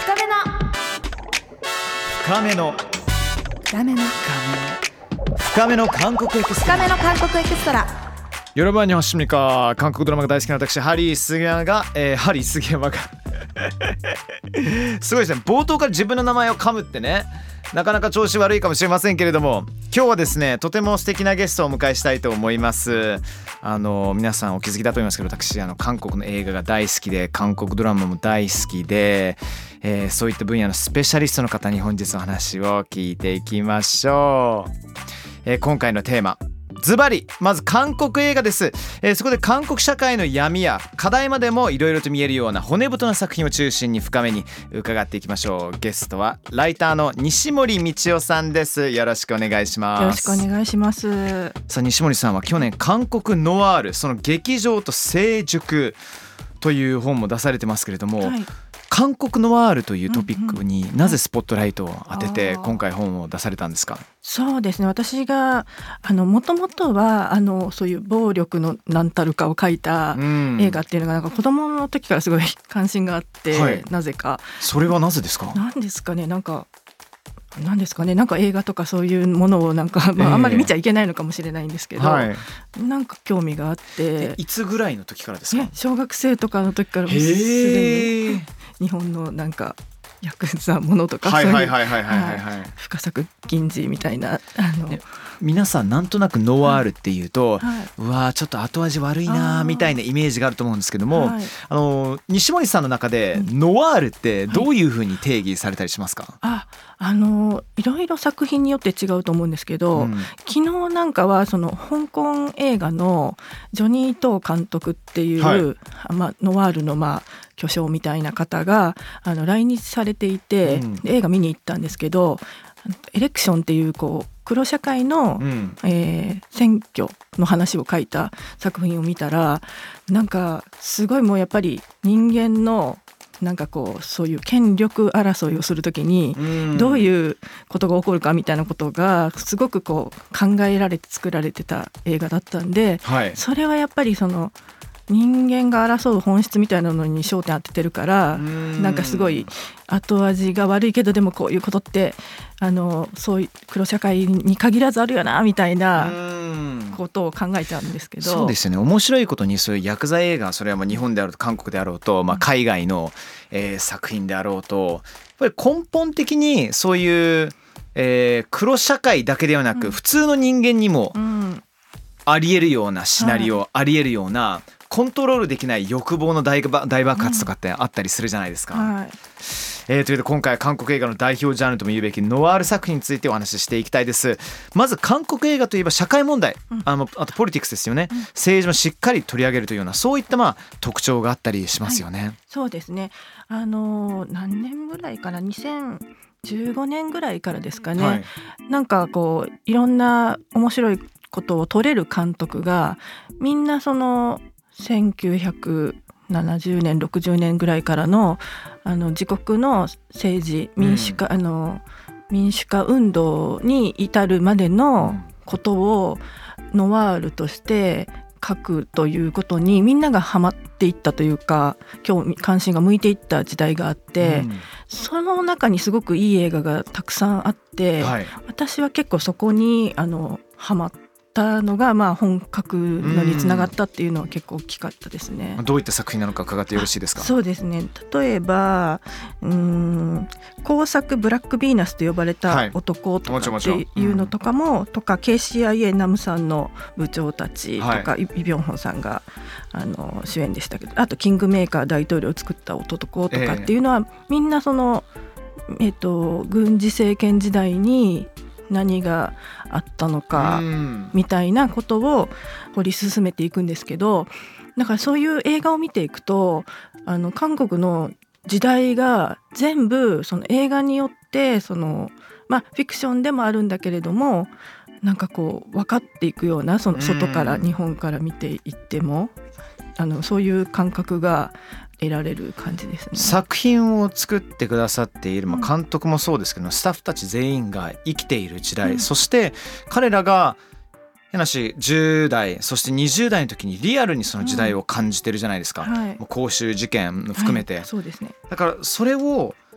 深めの韓国エクストラ。ヨルバに欲しみか。韓国ドラマが大好きな私ハリー杉山が、すごいですね。冒頭から自分の名前を噛むってね、なかなか調子悪いかもしれませんけれども、今日はですねとても素敵なゲストをお迎えしたいと思います。皆さんお気づきだと思いますけど、私韓国の映画が大好きで、韓国ドラマも大好きで、そういった分野のスペシャリストの方に本日お話を聞いていきましょう。今回のテーマ、ズバリまず韓国映画です。そこで韓国社会の闇や課題までもいろいろと見えるような骨太な作品を中心に深めに伺っていきましょう。ゲストはライターの西森道夫さんです。よろしくお願いします。 よろしくお願いします。 さあ、西森さんは去年韓国ノワール、その劇場と成熟という本も出されてますけれども、はい、韓国ノワールというトピックになぜスポットライトを当てて今回本を出されたんですか？ そうですね、私がもともとはそういう暴力の何たるかを書いた映画っていうのがなんか子供の時からすごい関心があって、はい、なぜか。 それはなぜですか？ なんですかね、なんか映画とかそういうものをなんか、あんまり見ちゃいけないのかもしれないんですけど、はい、なんか興味があって。 いつぐらいの時からですか？ 小学生とかの時からもうすでに日本のなんかヤクザものとか、そういう深作銀次みたいな皆さんなんとなくノワールっていうと、うわーちょっと後味悪いなみたいなイメージがあると思うんですけども、西森さんの中でノワールってどういうふうに定義されたりしますか？ いろいろ作品によって違うと思うんですけど、昨日なんかはその香港映画のジョニー・トー監督っていう、ノワールの巨匠みたいな方が来日されていて、映画見に行ったんですけど、エレクションっていう黒社会の、選挙の話を書いた作品を見たら、なんかすごいもうやっぱり人間のなんかそういう権力争いをするときにどういうことが起こるかみたいなことがすごく考えられて作られてた映画だったんで、それはやっぱりその人間が争う本質みたいなのに焦点当ててるから、なんかすごい後味が悪いけど、でもこういうことってそういう黒社会に限らずあるよなみたいなことを考えちゃうんですけど。 そうですよね。面白いことにそういうヤクザ映画、それは日本であろうと韓国であろうと、海外の、作品であろうと、やっぱり根本的にそういう、黒社会だけではなく、普通の人間にもありえるようなシナリオ、ありえるようなコントロールできない欲望の大爆発とかってあったりするじゃないですか。ということで今回は韓国映画の代表ジャンルとも言うべきノワール作品についてお話ししていきたいです。まず韓国映画といえば社会問題、あとポリティクスですよね。政治もしっかり取り上げるというような、そういった特徴があったりしますよね。 そうですね。何年ぐらいかな、2015年ぐらいからですかね、なんかいろんな面白いことを撮れる監督がみんなその1970年60年ぐらいからの自国の政治民主化運動に至るまでのことをノワールとして書くということにみんながハマっていったというか、関心が向いていった時代があって、その中にすごくいい映画がたくさんあって、私は結構そこにハマってのが本書くのにつながったっていうのは結構大きかったですね。 どういった作品なのか伺ってよろしいですか？ そうですね、例えば工作ブラックヴィーナスと呼ばれた男とかっていうのとかも、とか KCIA ナムさんの部長たちとか、イ・ビョンホンさんが主演でしたけど、あとキングメーカー大統領を作った男とかっていうのは、みんなその、軍事政権時代に何があったのかみたいなことを掘り進めていくんですけど、だからそういう映画を見ていくと韓国の時代が全部その映画によってフィクションでもあるんだけれども、なんか分かっていくような、その外から日本から見ていってもそういう感覚が得られる感じですね。 作品を作ってくださっている、監督もそうですけど、スタッフたち全員が生きている時代、そして彼らが変なし10代そして20代の時にリアルにその時代を感じてるじゃないですか、もう公衆事件含めて、 そうですね。 だからそれを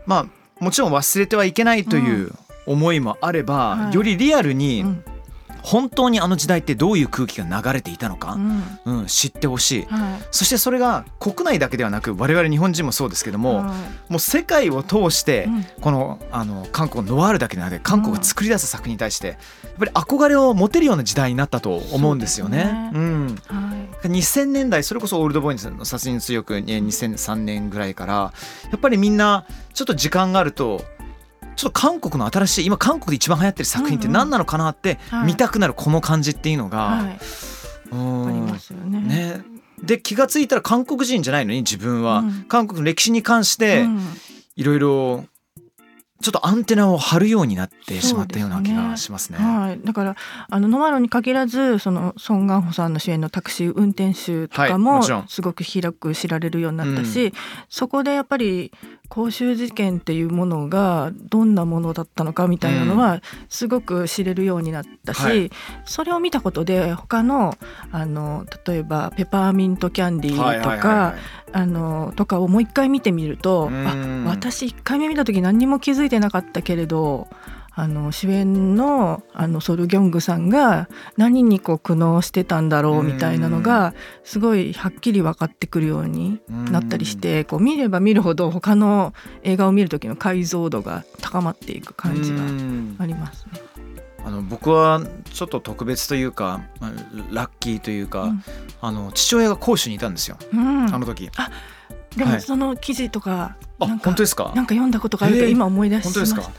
まあもちろん忘れてはいけないという思いもあれば、 はいよりリアルにうん本当にあの時代ってどういう空気が流れていたのか、知ってほしい。 はいそしてそれが国内だけではなく我々日本人もそうですけども、 はいもう世界を通してうんこの韓国のノワールだけでなくて韓国が作り出す作品に対してやっぱり憧れを持てるような時代になったと思うんですよね。 はい 2000年代それこそオールドボーイズの殺人強く2003年ぐらいからやっぱりみんなちょっと時間があるとちょっと韓国の新しい今韓国で一番流行ってる作品って何なのかなって見たくなるこの感じっていうのが、 はいありますよね。 ね。で気がついたら韓国人じゃないのに自分は、 うん韓国の歴史に関してうんいろいろちょっとアンテナを張るようになってしまったような気がしますね。 はい、だからノワールに限らずそのソン・ガンホさんの主演のタクシー運転手とかはいももちろんすごく広く知られるようになったし、 うんそこでやっぱり光州事件っていうものがどんなものだったのかみたいなのはすごく知れるようになったし、 はいそれを見たことで他の例えばペパーミントキャンディーとはいはいはいかはいとかをもう一回見てみると、 うん私一回目見た時何にも気づいてなかったけれど主演のソル・ギョングさんが何にこう苦悩してたんだろうみたいなのがすごいはっきり分かってくるようになったりしてこう見れば見るほど他の映画を見る時の解像度が高まっていく感じがありますね。 僕はちょっと特別というか、ラッキーというか、父親が広州にいたんですよ、 うんあの時。 でもその記事とか本当ですか？ なんか読んだことがあると今思い出しました。 本当ですか？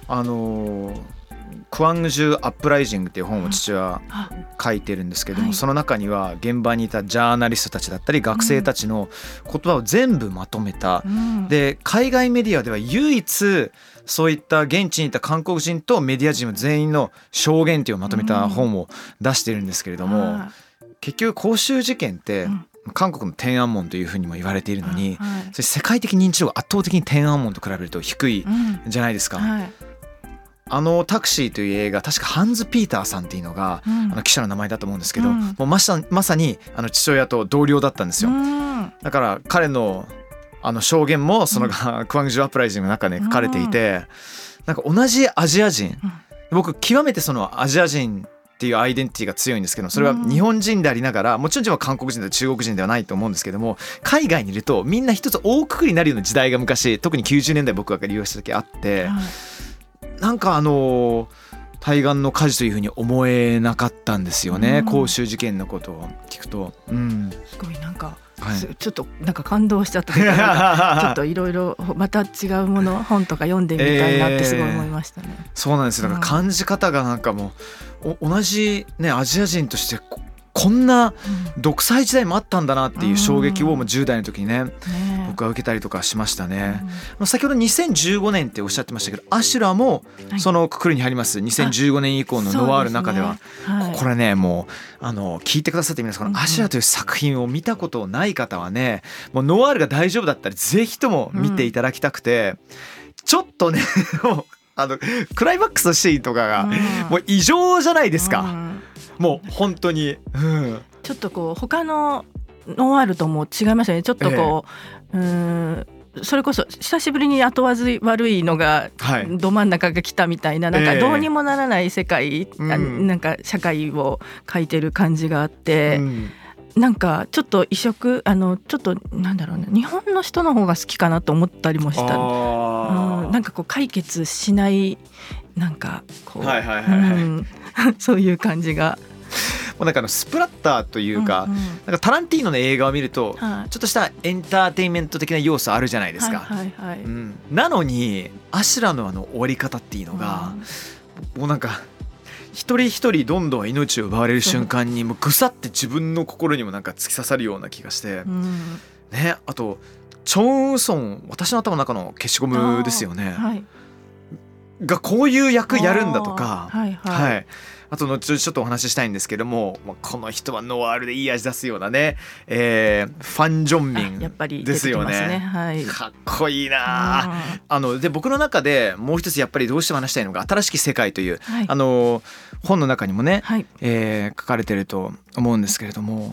クワングジュアップライジングっていう本を父は書いてるんですけども、 はいその中には現場にいたジャーナリストたちだったり学生たちの言葉を全部まとめた、で海外メディアでは唯一そういった現地にいた韓国人とメディア人の全員の証言っていうのをまとめた本を出してるんですけれども、結局光州事件って韓国の天安門というふうにも言われているのに、それ世界的認知度が圧倒的に天安門と比べると低いじゃないですか。タクシーという映画確かハンズ・ピーターさんっていうのが、記者の名前だと思うんですけど、もうまさに父親と同僚だったんですよ。だから彼の証言もその、クワングジュアップライジングの中で書かれていて、なんか同じアジア人、僕極めてそのアジア人っていうアイデンティティが強いんですけど、それは日本人でありながらもちろん自分は韓国人で中国人ではないと思うんですけども、海外にいるとみんな一つ大くくりになるような時代が昔特に90年代僕が留学した時あって、なんか対岸の火事というふうに思えなかったんですよね、光州事件のことを聞くと。すごいなんか、ちょっとなんか感動しちゃったというかちょっといろいろまた違うもの本とか読んでみたいなってすごい思いましたね。 そうなんですよ。だから感じ方がなんかもう同じねアジア人としてこんな独裁時代もあったんだなっていう衝撃をもう10代の時にね僕は受けたりとかしましたね。先ほど2015年っておっしゃってましたけど、アシュラもそのくくりに入ります。2015年以降のノワールの中ではこれね、もう聞いてくださって皆さん、このアシュラという作品を見たことない方はね、もうノワールが大丈夫だったらぜひとも見ていただきたくて、ちょっとねクライマックスのシーンとかがもう異常じゃないですか。もう本当に、 ちょっとこう他のノワールとも違いましたね。ちょっとこう、それこそ久しぶりに後味悪いのがど真ん中が来たみたいな、なんかどうにもならない世界、なんか社会を描いてる感じがあって、なんかちょっと異色、ちょっとなんだろうね、日本の人の方が好きかなと思ったりもした。なんかこう解決しないなんかこう、そういう感じが。 もうなんかスプラッターというか、なんかタランティーノの映画を見ると、ちょっとしたエンターテインメント的な要素あるじゃないですか。なのにアシュラの終わり方っていうのが、もうなんか一人一人どんどん命を奪われる瞬間にもうぐさって自分の心にもなんか突き刺さるような気がして、ね。あとチョン・ウソン、私の頭の中の消しゴムですよね、がこういう役やるんだとか、あと後々ちょっとお話ししたいんですけども、この人はノワールでいい味出すようなね、ファン・ジョンミンですよね。かっこいいな。で僕の中でもう一つやっぱりどうしても話したいのが新しき世界という、本の中にもね、書かれてると思うんですけれども、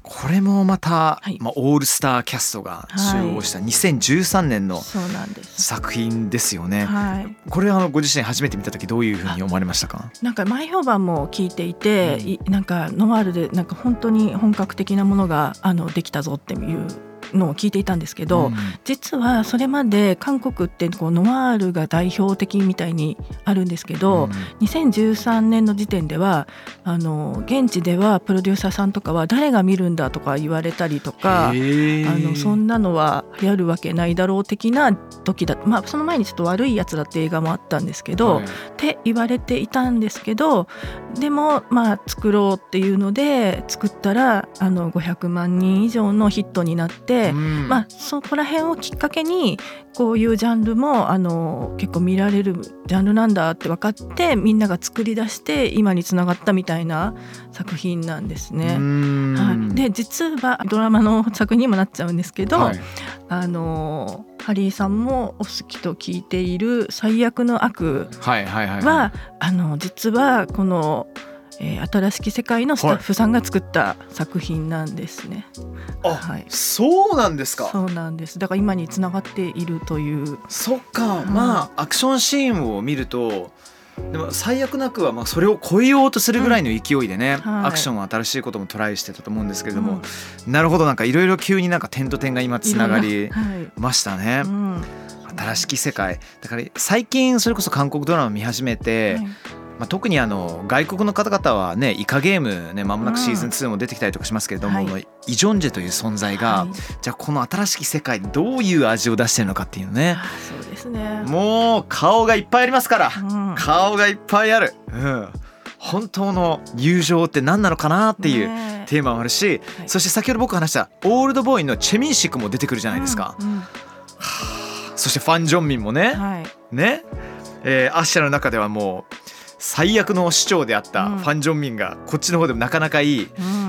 これもまた、 はいオールスターキャストが集合した2013年のそうなんです作品ですよね。 はいこれご自身初めて見た時どういうふうに思われましたか？ なんか前評判も聞いていて、なんかノワールでなんか本当に本格的なものができたぞっていうのを聞いていたんですけど、実はそれまで韓国ってこうノワールが代表的みたいにあるんですけど、2013年の時点では現地ではプロデューサーさんとかは誰が見るんだとか言われたりとか、そんなのは流行るわけないだろう的な時だ、その前にちょっと悪いやつらって映画もあったんですけど、って言われていたんですけど、でも作ろうっていうので作ったら500万人以上のヒットになって、そこら辺をきっかけにこういうジャンルも結構見られるジャンルなんだって分かって、みんなが作り出して今につながったみたいな作品なんですね。で実はドラマの作品にもなっちゃうんですけど、ハリーさんもお好きと聞いている最悪の悪は実はこの新しき世界のスタッフさんが作った作品なんですね。 そうなんですか。 そうなんです。だから今につながっているという。 そっか、アクションシーンを見るとでも最悪なくはそれを超えようとするぐらいの勢いでね、アクションは新しいこともトライしてたと思うんですけれども、なるほど、いろいろ急に点と点が今つながりましたね。新しき世界だから最近それこそ韓国ドラマ見始めて、特に外国の方々はね、イカゲームね、間もなくシーズン2も出てきたりとかしますけれども、イ・ジョンジェという存在が、じゃあこの新しき世界どういう味を出してるのかっていうね。 そうですね。 もう顔がいっぱいありますから、顔がいっぱいある、本当の友情って何なのかなっていうテーマもあるし、そして先ほど僕話したオールドボーイのチェ・ミンシクも出てくるじゃないですか。そしてファン・ジョンミンもね、アッシャの中ではもう最悪の市長であったファン・ジョンミンがこっちの方でもなかなかいい、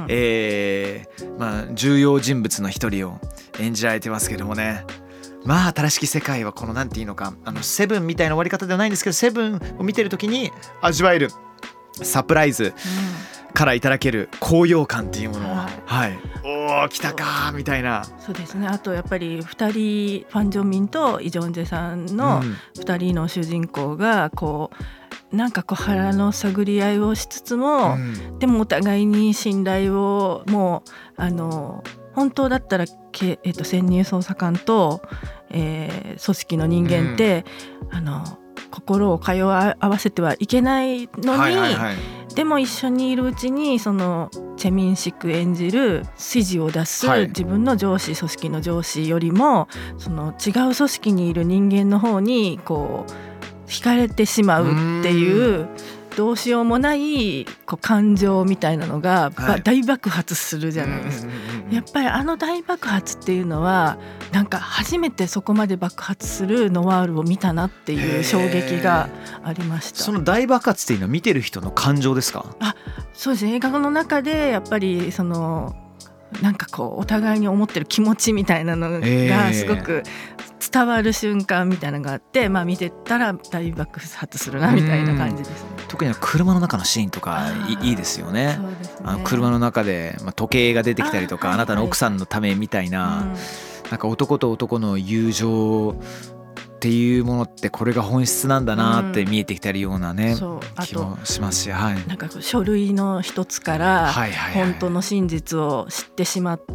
重要人物の一人を演じられてますけどもね。新しき世界はこのなんていうのか、セブンみたいな終わり方ではないんですけど、セブンを見てる時に味わえるサプライズからいただける高揚感っていうものを、おー来たかみたいな。 そうですね。あとやっぱり2人ファン・ジョンミンとイ・ジョンジェさんの2人の主人公がこうなんか腹の探り合いをしつつも、でもお互いに信頼をもう本当だったら潜入捜査官と、組織の人間って、心を通わせてはいけないのに、でも一緒にいるうちにそのチェ・ミンシク演じる指示を出す自分の上司、組織の上司よりもその違う組織にいる人間の方にこう惹かれてしまうっていうどうしようもない感情みたいなのが大爆発するじゃないですか。やっぱり大爆発っていうのはなんか初めてそこまで爆発するノワールを見たなっていう衝撃がありました。 その大爆発っていうのは見てる人の感情ですか？ そうですね。映画の中でやっぱりそのなんかお互いに思ってる気持ちみたいなのがすごく伝わる瞬間みたいなのがあって、見てたら大爆発するなみたいな感じですね。 特に車の中のシーンとかいいですよね。車の中で時計が出てきたりとか、あなたの奥さんのためみたいな、なんか男と男の友情っていうものってこれが本質なんだなって見えてきたりようなね、気もしますし、なんか書類の一つから本当の真実を知ってしまって、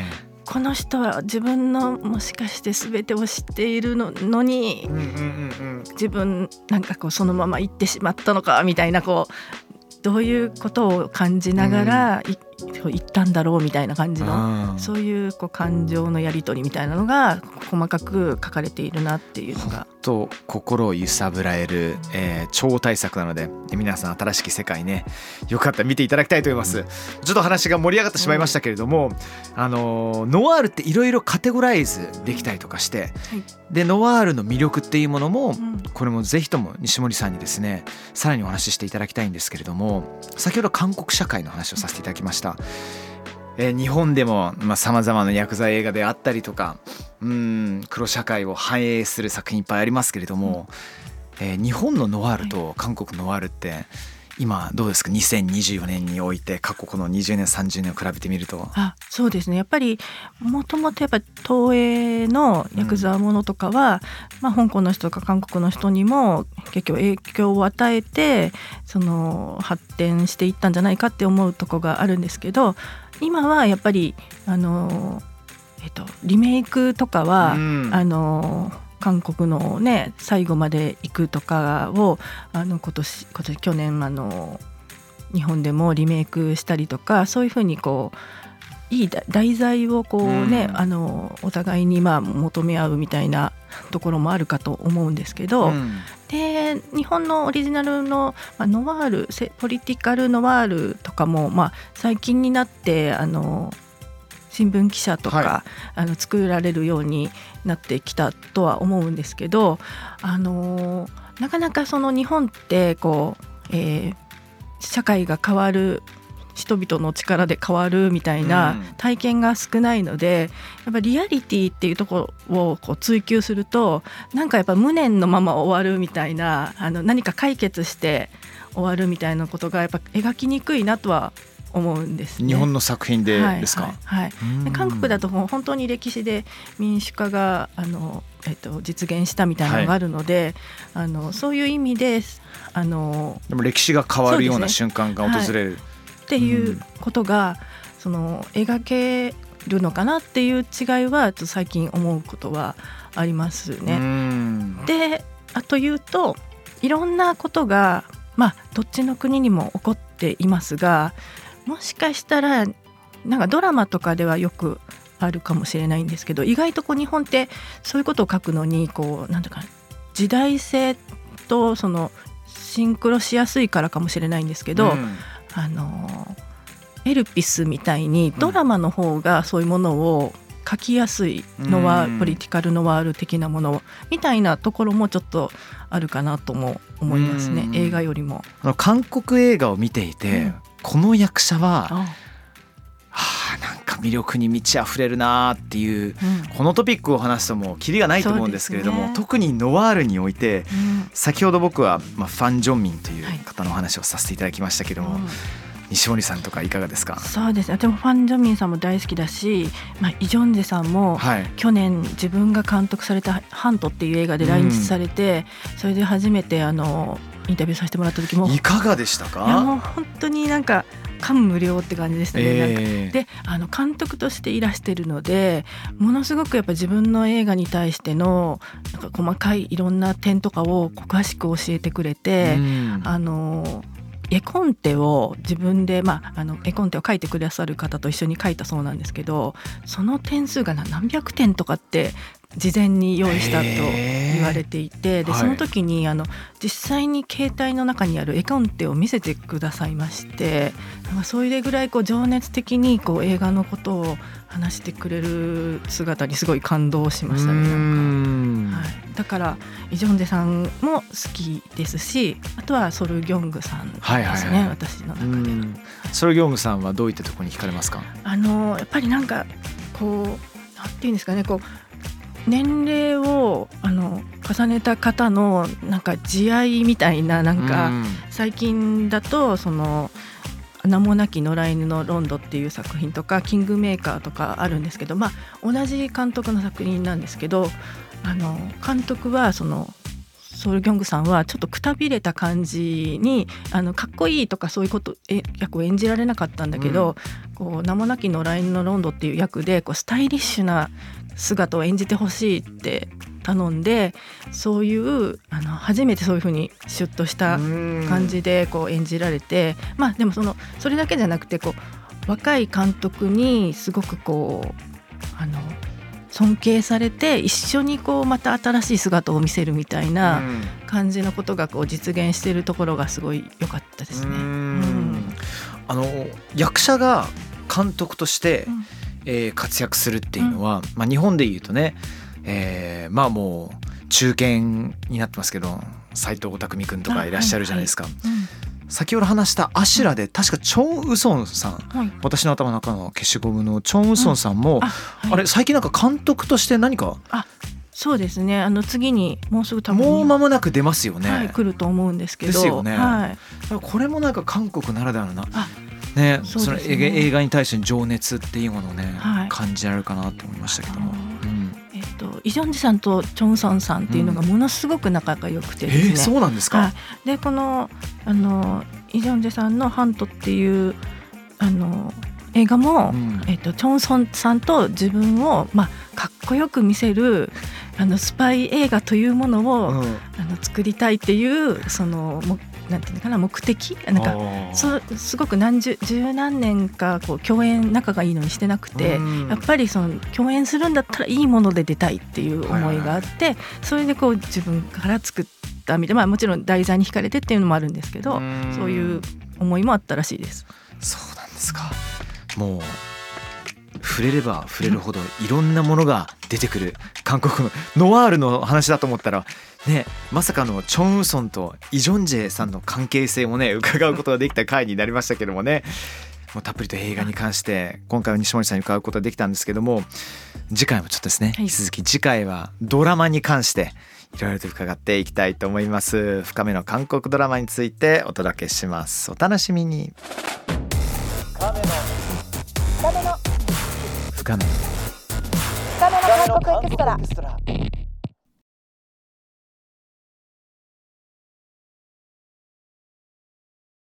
この人は自分のもしかして全てを知っているのに、自分なんかそのまま行ってしまったのかみたいなどういうことを感じながら言ったんだろうみたいな感じの、そういう感情のやり取りみたいなのが細かく書かれているなっていうのがと心を揺さぶられる、超大作なので皆さん新しき世界ね、よかったら見ていただきたいと思います。ちょっと話が盛り上がってしまいましたけれども、ノワールっていろいろカテゴライズできたりとかして、でノワールの魅力っていうものも、これもぜひとも西森さんにですねさらにお話ししていただきたいんですけれども、先ほど韓国社会の話をさせていただきました。日本でもさまざまな薬剤映画であったりとか、黒社会を反映する作品いっぱいありますけれども、日本のノワールと韓国ノワールって今どうですか、2024年において過去この20年30年を比べてみると。 そうですね、やっぱりもともとやっぱ東映のヤクザものとかは、香港の人とか韓国の人にも結局影響を与えてその発展していったんじゃないかって思うとこがあるんですけど、今はやっぱりリメイクとかは、韓国のね最後まで行くとかを去年日本でもリメイクしたりとか、そういうふうにこういい題材をこうね、お互いに求め合うみたいなところもあるかと思うんですけど、で日本のオリジナルのノワールポリティカルノワールとかも、最近になって新聞記者とか、作られるようになってきたとは思うんですけど、なかなかその日本ってこう、社会が変わる、人々の力で変わるみたいな体験が少ないので、やっぱリアリティっていうところをこう追求すると、なんかやっぱ無念のまま終わるみたいな、何か解決して終わるみたいなことがやっぱ描きにくいなとは思うんですね。 日本の作品でですか？ で韓国だともう本当に歴史で民主化が実現したみたいなのがあるので、そういう意味ででも歴史が変わるような瞬間が訪れる、 っていうことがその描けるのかなっていう違いは最近思うことはありますね。であというと、いろんなことがどっちの国にも起こっていますが、もしかしたらなんかドラマとかではよくあるかもしれないんですけど、意外とこう日本ってそういうことを書くのにこうなんていうか時代性とそのシンクロしやすいからかもしれないんですけど、エルピスみたいにドラマの方がそういうものを書きやすいのは、ポリティカルノワール的なものみたいなところもちょっとあるかなとも思いますね、映画よりも。 韓国映画を見ていて、この役者はなんか魅力に満ち溢れるなっていう、このトピックを話すともうキリがないと思うんですけれども、特にノワールにおいて、先ほど僕はファン・ジョンミンという方のお話をさせていただきましたけども、西森さんとかいかがですか？ そうですね、でもファン・ジョンミンさんも大好きだし、イ・ジョンジェさんも去年自分が監督されたハントっていう映画で来日されて、それで初めてインタビューさせてもらった時もいかがでしたか？ いやもう本当になんか感無量って感じでしたね。で監督としていらしてるので、ものすごくやっぱ自分の映画に対してのなんか細かいいろんな点とかを詳しく教えてくれて、絵コンテを自分で、絵コンテを書いてくださる方と一緒に書いたそうなんですけど、その点数が何百点とかって事前に用意したと言われていて、でその時に実際に携帯の中にある絵コンテを見せてくださいまして、それぐらいこう情熱的にこう映画のことを話してくれる姿にすごい感動しましたね。だからイ・ジョンジェさんも好きですし、あとはソル・ギョングさんですね、私の中では。 ソル・ギョングさんはどういったところに惹かれますか？ やっぱりなんかこうなんていうんですかね、こう年齢を重ねた方のなんか慈愛みたいな、なんか最近だとその名もなき野良犬のロンドっていう作品とかキングメーカーとかあるんですけど、同じ監督の作品なんですけど、監督はそのソル・ギョングさんはちょっとくたびれた感じにかっこいいとかそういうこと役を演じられなかったんだけど、こう名もなき野良犬のロンドっていう役でこうスタイリッシュな姿を演じてほしいって頼んで、そういう初めてそういう風にシュッとした感じでこう演じられて、でもそれだけじゃなくてこう若い監督にすごくこう尊敬されて一緒にこうまた新しい姿を見せるみたいな感じのことがこう実現しているところがすごい良かったですね。 役者が監督として、活躍するっていうのは、日本でいうとね、もう中堅になってますけど斎藤工君とかいらっしゃるじゃないですか。先ほど話したアシュラで確かチョン・ウソンさん、私の頭の中の消しゴムのチョン・ウソンさんも、あれ最近なんか監督として何かそうですね。次にもうすぐ多分もう間もなく出ますよね。 はい、来ると思うんですけど。 ですよね。 はい、 これもなんか韓国ならではのな。 ね、 その映画に対しての情熱っていうものをね、 はい、 感じられるかなと思いましたけども、 イ・ジョンジさんとチョンソンさんっていうのがものすごく仲が良くてですね、 そうなんですか。 はい、でこのイ・ジョンジさんのハントっていう映画も、チョンソンさんと自分を、かっこよく見せるスパイ映画というものを、作りたいっていうなんていうのかな、目的なんかすごく十何年かこう共演仲がいいのにしてなくて、やっぱり共演するんだったらいいもので出たいっていう思いがあって、それでこう自分から作ったみたいな、もちろん題材に惹かれてっていうのもあるんですけど、そういう思いもあったらしいです。 そうなんですか。もう触れれば触れるほどいろんなものが出てくる韓国のノワールの話だと思ったらね、まさかのチョン・ウソンとイ・ジョンジェさんの関係性もね伺うことができた回になりましたけどもね、もうたっぷりと映画に関して今回は西森さんに伺うことができたんですけども、次回もちょっとですね、引き続き次回はドラマに関していろいろと伺っていきたいと思います。深めの韓国ドラマについてお届けします。お楽しみに。深めの韓国エクストラ。